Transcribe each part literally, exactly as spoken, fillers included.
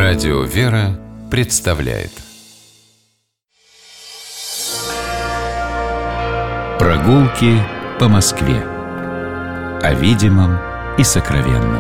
Радио «Вера» представляет Прогулки по Москве. О видимом и сокровенном.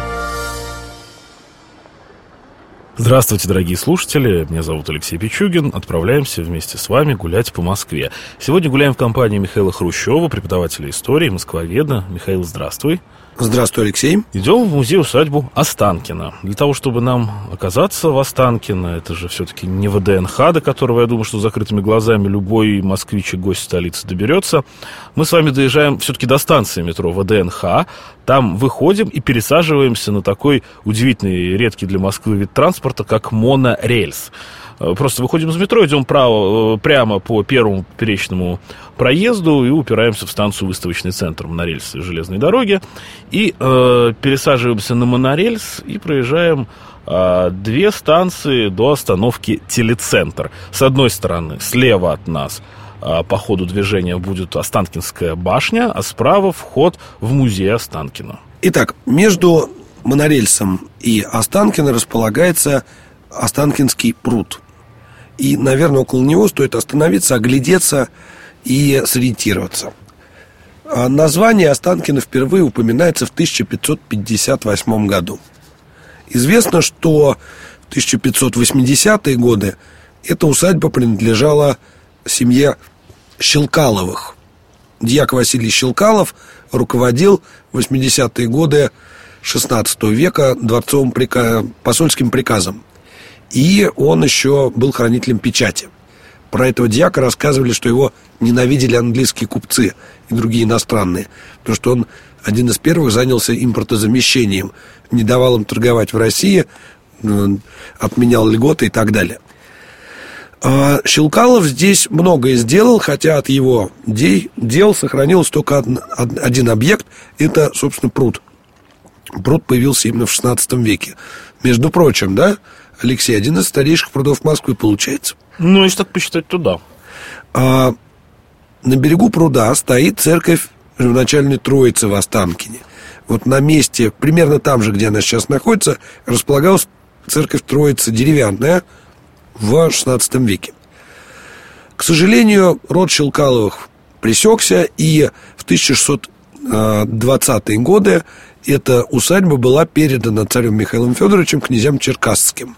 Здравствуйте, дорогие слушатели, меня зовут Алексей Пичугин. Отправляемся вместе с вами гулять по Москве. Сегодня гуляем в компании Михаила Хрущева, преподавателя истории, москвоведа. Михаил, здравствуй. Здравствуй, Алексей. Идем в музей-усадьбу Останкино. Для того, чтобы нам оказаться в Останкино, это же все-таки не ВДНХ, до которого, я думаю, что с закрытыми глазами любой москвич и гость столицы доберется. Мы с вами доезжаем все-таки до станции метро ВДНХ. Там выходим и пересаживаемся на такой удивительный, редкий для Москвы вид транспорта, как монорельс. Просто выходим из метро, идем право, прямо по первому поперечному проезду и упираемся в станцию «Выставочный центр» монорельсовой железной дороги. И э, пересаживаемся на монорельс и проезжаем э, две станции до остановки «Телецентр». С одной стороны, слева от нас э, по ходу движения будет Останкинская башня, а справа вход в музей Останкино. Итак, между монорельсом и Останкино располагается Останкинский пруд. И, наверное, около него стоит остановиться, оглядеться и сориентироваться. Название Останкино впервые упоминается в тысяча пятьсот пятьдесят восьмом году. Известно, что в тысяча пятьсот восьмидесятые годы эта усадьба принадлежала семье Щелкаловых. Дьяк Василий Щелкалов руководил в восьмидесятые годы шестнадцатого века дворцовым приказ... посольским приказом. И он еще был хранителем печати. Про этого дьяка рассказывали, что его ненавидели английские купцы и другие иностранные, потому что он один из первых занялся импортозамещением, не давал им торговать в России, отменял льготы и так далее. А Щелкалов здесь многое сделал, хотя от его дел, дел сохранился только один объект. Это, собственно, пруд. Пруд появился именно в шестнадцатом веке. Между прочим, да, Алексей, один из старейших прудов Москвы получается. Ну, если так посчитать, то да. А, на берегу пруда стоит церковь Живоначальной Троицы в Останкине. Вот на месте, примерно там же, где она сейчас находится, располагалась церковь Троицы деревянная в шестнадцатом веке. К сожалению, род Щелкаловых пресекся, и в тысяча шестьсот двадцатые годы эта усадьба была передана царем Михаилом Федоровичем князьям черкасским.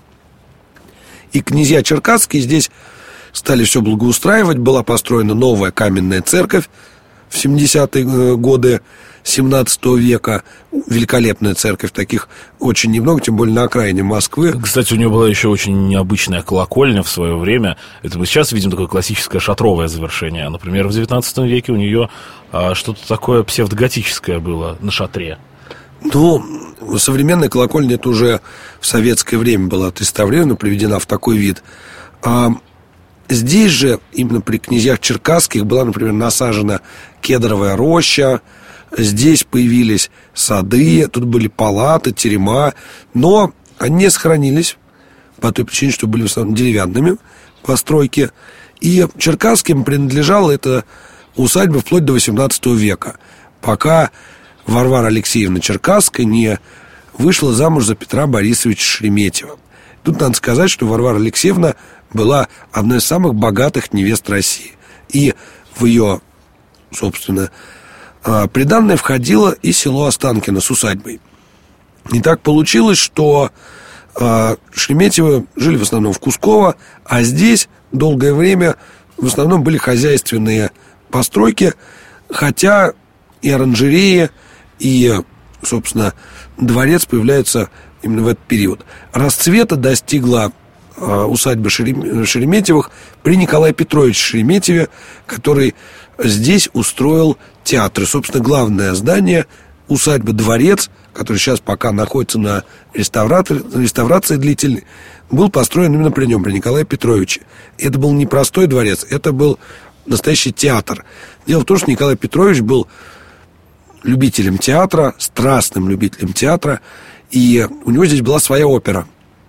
И князья черкасские здесь стали все благоустраивать. Была построена новая каменная церковь в семидесятые годы семнадцатого века. Великолепная церковь, таких очень немного, тем более на окраине Москвы. Кстати, у нее была еще очень необычная колокольня в свое время. Это мы сейчас видим такое классическое шатровое завершение. Например, в девятнадцатом веке у нее а, что-то такое псевдоготическое было на шатре. Ну, современная колокольня, это уже в советское время была отреставрирована, приведена в такой вид. А здесь же, именно при князьях черкасских, была, например, насажена кедровая роща. Здесь появились сады, тут были палаты, терема. Но они не сохранились по той причине, что были в основном деревянными постройки. И черкасским принадлежала эта усадьба вплоть до восемнадцатого века, пока Варвара Алексеевна Черкасская не вышла замуж за Петра Борисовича Шереметьева. Тут надо сказать, что Варвара Алексеевна была одной из самых богатых невест России. И в ее, собственно, приданное входило и село Останкино с усадьбой. И так получилось, что Шереметьевы жили в основном в Кусково, а здесь долгое время в основном были хозяйственные постройки, хотя и оранжереи, и, собственно, дворец появляется именно в этот период. Расцвета достигла э, усадьба Шерем... Шереметьевых при Николае Петровиче Шереметьеве, который здесь устроил театр. И, собственно, главное здание, усадьба-дворец, который сейчас пока находится на реставрации, реставрации длительной, был построен именно при нем, при Николае Петровиче. И это был не простой дворец, это был настоящий театр. Дело в том, что Николай Петрович был любителем театра, страстным любителем театра, и у него здесь была своя опера.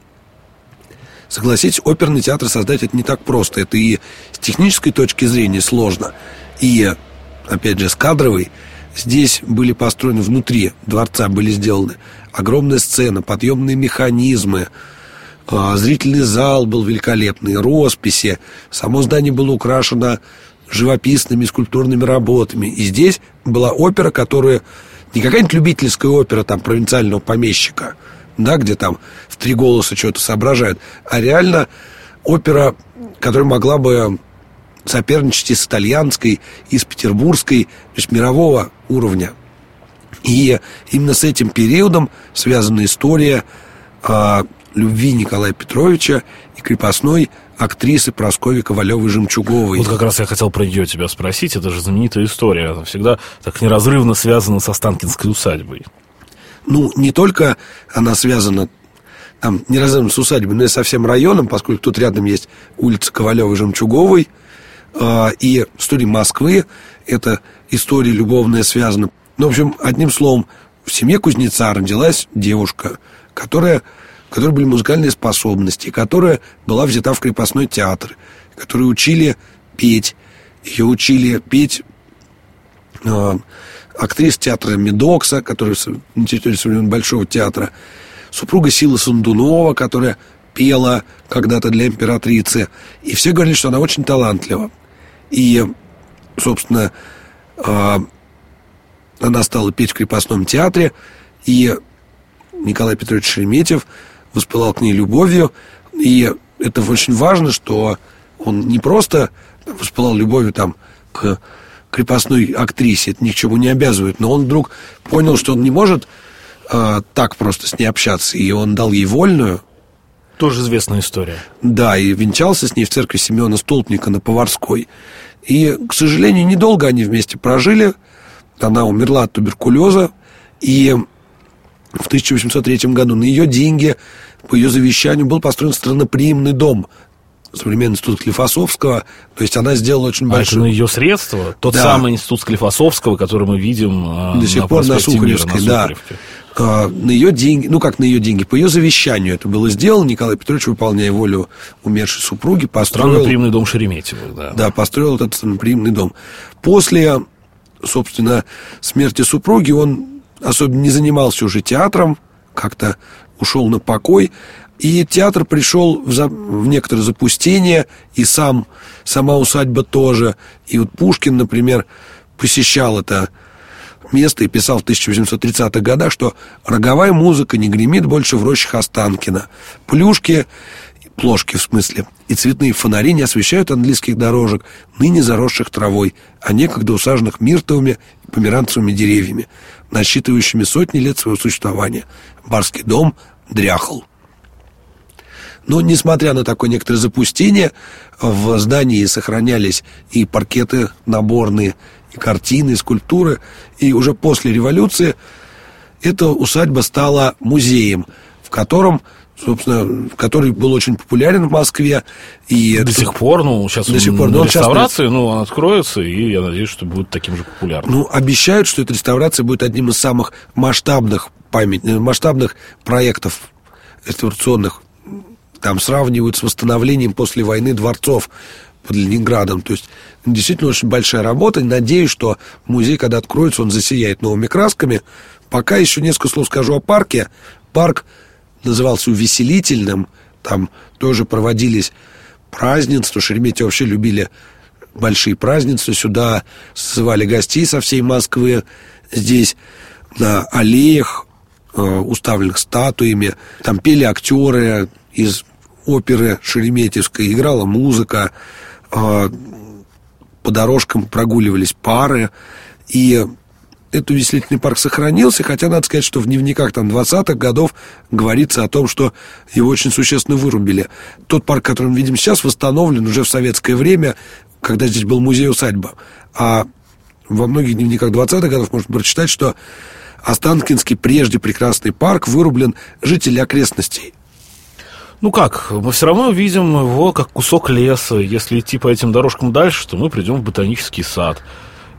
Согласитесь, оперный театр создать это не так просто. Это и с технической точки зрения сложно, и, опять же, с кадровой. Здесь были построены внутри дворца, были сделаны огромная сцена, подъемные механизмы, Зрительный зал был великолепный, росписи. Само здание было украшено живописными скульптурными работами. И здесь была опера, которая не какая-нибудь любительская опера там провинциального помещика, да, где там в три голоса что-то соображают, а реально опера, которая могла бы соперничать и с итальянской, и с петербургской, то есть мирового уровня. И именно с этим периодом связана история о любви Николая Петровича и крепостной актрисы Прасковьи Ковалевой-Жемчуговой. Вот как раз я хотел про нее тебя спросить. Это же знаменитая история. Она всегда так неразрывно связана с Останкинской усадьбой. Ну, не только она связана там неразрывно с усадьбой, но и со всем районом, поскольку тут рядом есть улица Ковалевой-Жемчуговой. И история Москвы – это история любовная связана. Ну, в общем, одним словом, в семье кузнеца родилась девушка, которая, у которой были музыкальные способности, которая была взята в крепостной театр, которую учили петь. Ее учили петь э, актрис театра Медокса, которая на территории современного Большого театра, супруга Силы Сундунова, которая пела когда-то для императрицы. И все говорили, что она очень талантлива. И, собственно, э, она стала петь в крепостном театре, и Николай Петрович Шереметьев воспылал к ней любовью. И это очень важно, что он не просто воспылал любовью там, к крепостной актрисе, это ни к чему не обязывает, но он вдруг понял, что он не может э, так просто с ней общаться, и он дал ей вольную. Тоже известная история. Да, и венчался с ней в церкви Симеона Столпника на Поварской. И, к сожалению, недолго они вместе прожили. Она умерла от туберкулеза. И в тысяча восемьсот третьем году на ее деньги, по ее завещанию, был построен странноприимный дом, современный институт Склифосовского. То есть она сделала очень а большой... это на ее средства? Тот да. самый институт Склифосовского, который мы видим до сих на пор на Сухаревской, да. А, на ее деньги, ну как на ее деньги, по ее завещанию это было сделано. Николай Петрович, выполняя волю умершей супруги, построил... Странноприимный дом Шереметьевых, да. Да, построил этот странноприимный дом. После, собственно, смерти супруги он особенно не занимался уже театром, как-то ушел на покой. И театр пришел в, за... в некоторое запустение, и сам, сама усадьба тоже. И вот Пушкин, например, посещал это место и писал в тысяча восемьсот тридцатых годах, что роговая музыка не гремит больше в рощах Останкина. Плюшки, плошки в смысле, и цветные фонари не освещают английских дорожек, ныне заросших травой, а некогда усаженных миртовыми и померанцевыми деревьями, насчитывающими сотни лет своего существования. Барский дом дряхал. Но, несмотря на такое некоторое запустение, в здании сохранялись и паркеты наборные, и картины, и скульптуры. И уже после революции эта усадьба стала музеем, в котором, собственно, который был очень популярен в Москве. И до это... сих пор, ну, сейчас до сих он пор, на но реставрации, сейчас... ну, он откроется, и я надеюсь, что будет таким же популярным. Ну, обещают, что эта реставрация будет одним из самых масштабных, память... масштабных проектов реставрационных. Там сравнивают с восстановлением после войны дворцов под Ленинградом. То есть действительно очень большая работа. Надеюсь, что музей, когда откроется, он засияет новыми красками. Пока еще несколько слов скажу о парке. Парк назывался увеселительным. Там тоже проводились празднества. Шереметьевы вообще любили большие празднества. Сюда созывали гостей со всей Москвы. Здесь на аллеях, э, уставленных статуями, там пели актеры из оперы Шереметьевской, играла музыка, э, по дорожкам прогуливались пары. И этот увеселительный парк сохранился, хотя надо сказать, что в дневниках там двадцатых годов говорится о том, что его очень существенно вырубили. Тот парк, который мы видим сейчас, восстановлен уже в советское время, когда здесь был музей-усадьба. А во многих дневниках двадцатых годов можно прочитать, что Останкинский прежде прекрасный парк вырублен жителями окрестностей. Ну как, мы все равно видим его как кусок леса. Если идти по этим дорожкам дальше, то мы придем в ботанический сад.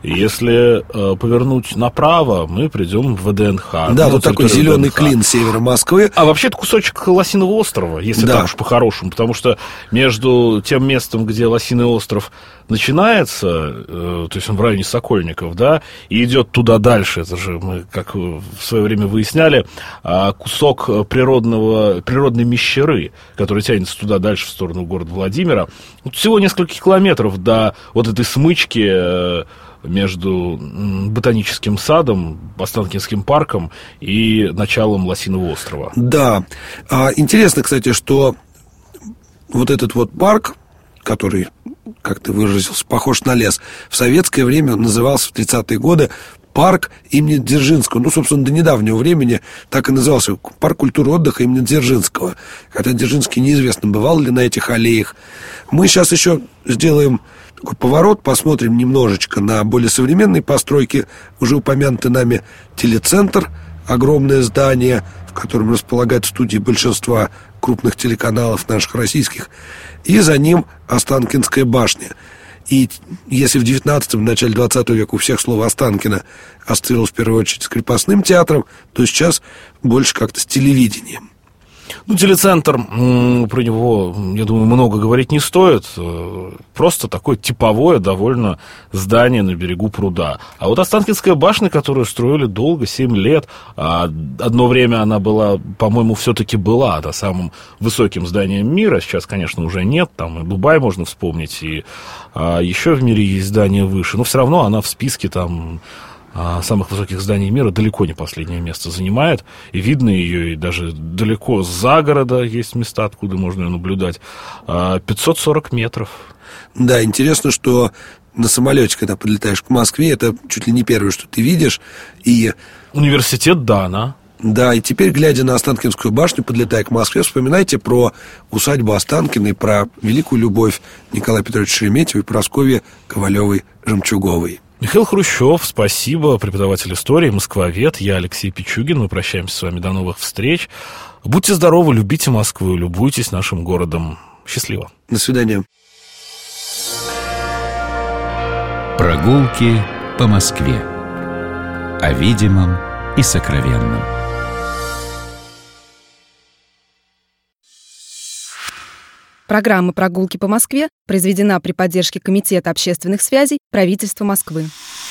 Если э, повернуть направо, мы придем в ВДНХ. Да, ну, тут такой зеленый ВДНХ. клин севера Москвы. А вообще это кусочек Лосиного острова, если да. так уж по-хорошему, потому что между тем местом, где Лосиный остров начинается, э, то есть он в районе Сокольников, да, и идет туда дальше, это же мы, как в свое время выясняли, э, кусок природного, природной Мещеры, который тянется туда дальше, в сторону города Владимира. Вот всего несколько километров до вот этой смычки э, между Ботаническим садом, Останкинским парком и началом Лосиного острова. Да. А, интересно, кстати, что вот этот вот парк, который, как ты выразился, похож на лес, в советское время он назывался в тридцатые годы парк имени Дзержинского. Ну, собственно, до недавнего времени так и назывался. Парк культуры и отдыха имени Дзержинского. Хотя Дзержинский неизвестно, бывал ли на этих аллеях. Мы сейчас еще сделаем такой поворот, посмотрим немножечко на более современные постройки. Уже упомянутый нами телецентр, огромное здание, в котором располагают студии большинства крупных телеканалов наших российских. И за ним Останкинская башня. И если в девятнадцатом, в начале двадцатого века у всех слово Останкино ассоциировалось в первую очередь с крепостным театром, то сейчас больше как-то с телевидением. Ну, телецентр, про него, я думаю, много говорить не стоит. Просто такое типовое довольно здание на берегу пруда. А вот Останкинская башня, которую строили долго, семь лет, а одно время она была, по-моему, все-таки была да, самым высоким зданием мира. Сейчас, конечно, уже нет. Там и Дубай можно вспомнить, и а, еще в мире есть здания выше. Но все равно она в списке там самых высоких зданий мира далеко не последнее место занимает. И видно ее, и даже далеко за города есть места, откуда можно ее наблюдать. пятьсот сорок метров. Да, интересно, что на самолете, когда подлетаешь к Москве, это чуть ли не первое, что ты видишь. И... Университет Дана. Да, и теперь, глядя на Останкинскую башню, подлетая к Москве, вспоминайте про усадьбу Останкиной, про великую любовь Николая Петровича Шереметьева и Прасковьи Ковалевой-Жемчуговой. Михаил Хрущев, спасибо, преподаватель истории, москвовед. Я Алексей Пичугин. Мы прощаемся с вами. До новых встреч. Будьте здоровы, любите Москву, любуйтесь нашим городом. Счастливо. До свидания. Прогулки по Москве. О видимом и сокровенном. Программа «Прогулки по Москве» произведена при поддержке Комитета общественных связей правительства Москвы.